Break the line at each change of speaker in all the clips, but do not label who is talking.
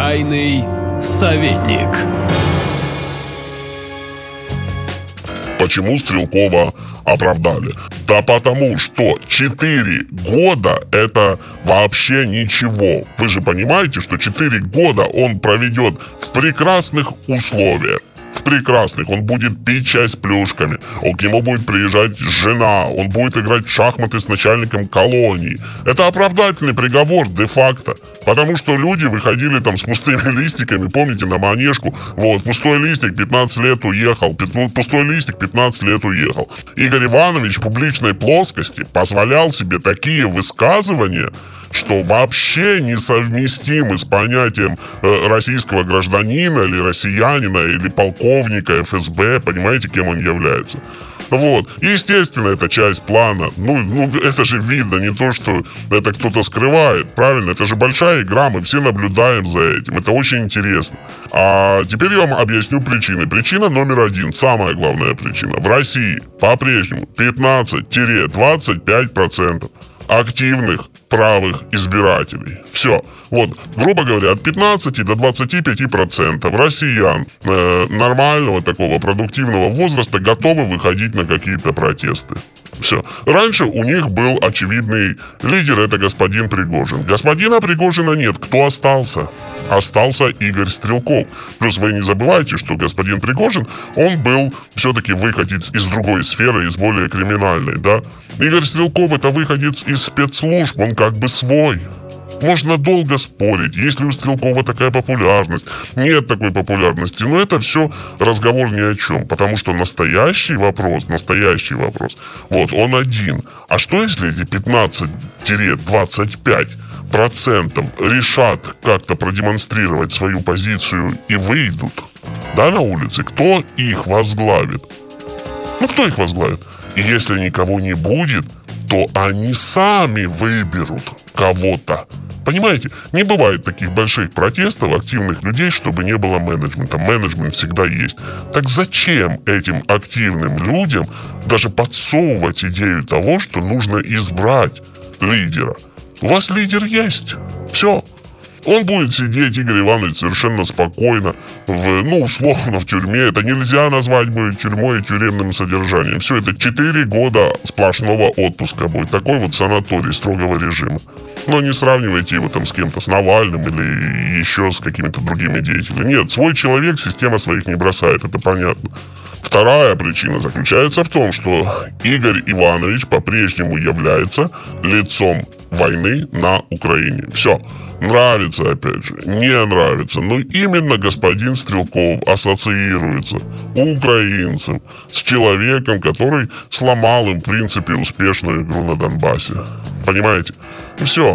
Тайный советник.
Почему Стрелкова оправдали? Да потому что 4 года – это вообще ничего. Вы же понимаете, что 4 года он проведет в прекрасных условиях. В прекрасных. Он будет пить чай с плюшками. К нему будет приезжать жена. Он будет играть в шахматы с начальником колонии. Это оправдательный приговор де-факто. Потому что люди выходили там с пустыми листиками, помните, на Манежку. Вот, пустой листик, 15 лет уехал. Пустой листик, 15 лет уехал. Игорь Иванович в публичной плоскости позволял себе такие высказывания, что вообще несовместимы с понятием российского гражданина или россиянина, или полковника ФСБ, понимаете, кем он является. Вот. Естественно, это часть плана. Ну, это же видно, не то, что это кто-то скрывает, правильно? Это же большая игра, мы все наблюдаем за этим. Это очень интересно. А теперь я вам объясню причины. Причина номер 1, самая главная причина. В России по-прежнему 15-25% активных правых избирателей. Все. Вот, грубо говоря, от 15 до 25% россиян нормального такого продуктивного возраста готовы выходить на какие-то протесты. Все. Раньше у них был очевидный лидер, это господин Пригожин. Господина Пригожина нет. Кто остался? Остался Игорь Стрелков. Плюс вы не забывайте, что господин Пригожин, он был все-таки выходец из другой сферы, из более криминальной, да? Игорь Стрелков — это выходец из спецслужб, он как бы свой. Можно долго спорить, есть ли у Стрелкова такая популярность. Нет такой популярности, но это все разговор ни о чем, потому что настоящий вопрос, вот, он один. А что если эти 15-25% решат как-то продемонстрировать свою позицию и выйдут, да, на улице? Кто их возглавит? Кто их возглавит? И если никого не будет, то они сами выберут кого-то. Понимаете, не бывает таких больших протестов, активных людей, чтобы не было менеджмента. Менеджмент всегда есть. Так зачем этим активным людям даже подсовывать идею того, что нужно избрать лидера? У вас лидер есть. Все. Он будет сидеть, Игорь Иванович, совершенно спокойно, условно в тюрьме. Это нельзя назвать будет тюрьмой и тюремным содержанием. Все, это 4 года сплошного отпуска будет. Такой вот санаторий строгого режима. Но не сравнивайте его там с кем-то, с Навальным или еще с какими-то другими деятелями. Нет, свой человек система своих не бросает, это понятно. Вторая причина заключается в том, что Игорь Иванович по-прежнему является лицом войны на Украине. Все. Нравится, опять же, не нравится, но именно господин Стрелков ассоциируется у украинцев с человеком, который сломал им, в принципе, успешную игру на Донбассе. Понимаете? И все.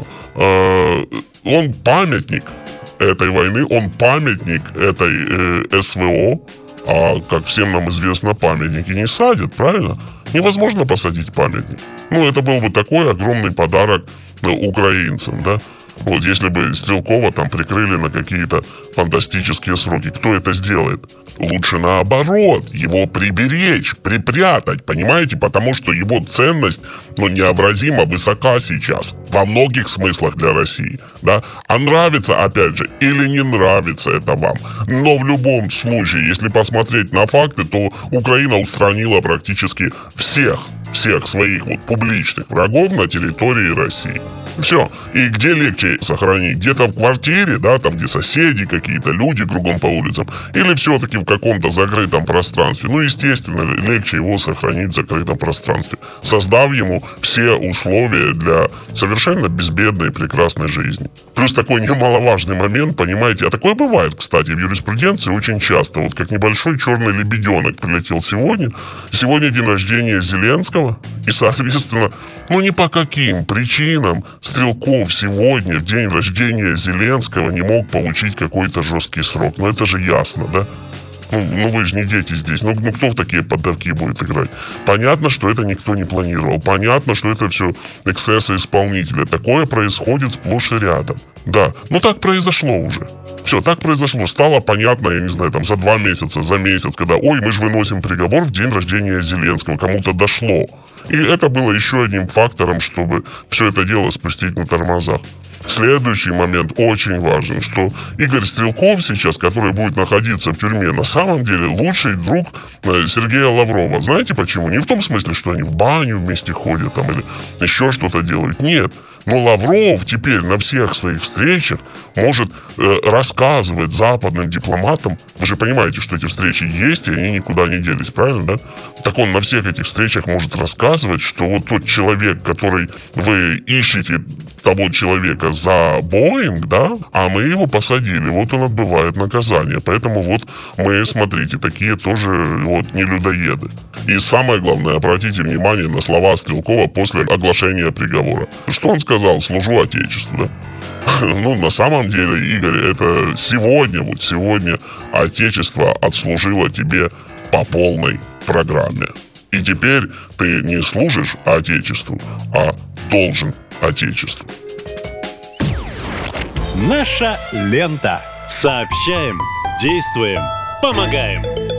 Он памятник этой войны, он памятник этой СВО, а, как всем нам известно, памятники не садят, правильно? Невозможно посадить памятник. Это был бы такой огромный подарок украинцам, да? Вот, если бы Стрелкова там прикрыли на какие-то фантастические сроки, кто это сделает? Лучше наоборот, его приберечь, припрятать, понимаете? Потому что его ценность, необразимо высока сейчас, во многих смыслах для России, да? А нравится, опять же, или не нравится это вам. Но в любом случае, если посмотреть на факты, то Украина устранила практически всех своих публичных врагов на территории России. Все. И где легче сохранить? Где-то в квартире, да, там, где соседи какие-то, люди кругом по улицам, или все-таки в каком-то закрытом пространстве? Естественно, легче его сохранить в закрытом пространстве, создав ему все условия для совершенно безбедной и прекрасной жизни. Плюс такой немаловажный момент, понимаете, а такое бывает, кстати, в юриспруденции очень часто. Вот как небольшой черный лебеденок прилетел сегодня. Сегодня день рождения Зеленского, и, соответственно, ни по каким причинам Стрелков сегодня, в день рождения Зеленского, не мог получить какой-то жесткий срок. Это же ясно, да? Вы же не дети здесь. Кто в такие поддавки будет играть? Понятно, что это никто не планировал. Понятно, что это все эксцессы исполнителя. Такое происходит сплошь и рядом. Да, так произошло уже. Все, так произошло. Стало понятно, я не знаю, там за 2 месяца, за месяц, когда, мы же выносим приговор в день рождения Зеленского. Кому-то дошло. И это было еще одним фактором, чтобы все это дело спустить на тормозах. Следующий момент очень важен, что Игорь Стрелков сейчас, который будет находиться в тюрьме, на самом деле лучший друг Сергея Лаврова. Знаете почему? Не в том смысле, что они в баню вместе ходят там, или еще что-то делают. Нет. Но Лавров теперь на всех своих встречах может рассказывать западным дипломатам. Вы же понимаете, что эти встречи есть, и они никуда не делись, правильно, да? Так он на всех этих встречах может рассказывать, что вот тот человек, который вы ищете, того человека за Боинг, да, а мы его посадили, вот он отбывает наказание. Поэтому вот мы, смотрите, такие тоже вот не людоеды. И самое главное, обратите внимание на слова Стрелкова после оглашения приговора. Что он сказал? Служу Отечеству, да? Ну, на самом деле, Игорь, это сегодня Отечество отслужило тебе по полной программе. И теперь ты не служишь Отечеству, а должен Отечеству.
Наша лента. Сообщаем, действуем, помогаем.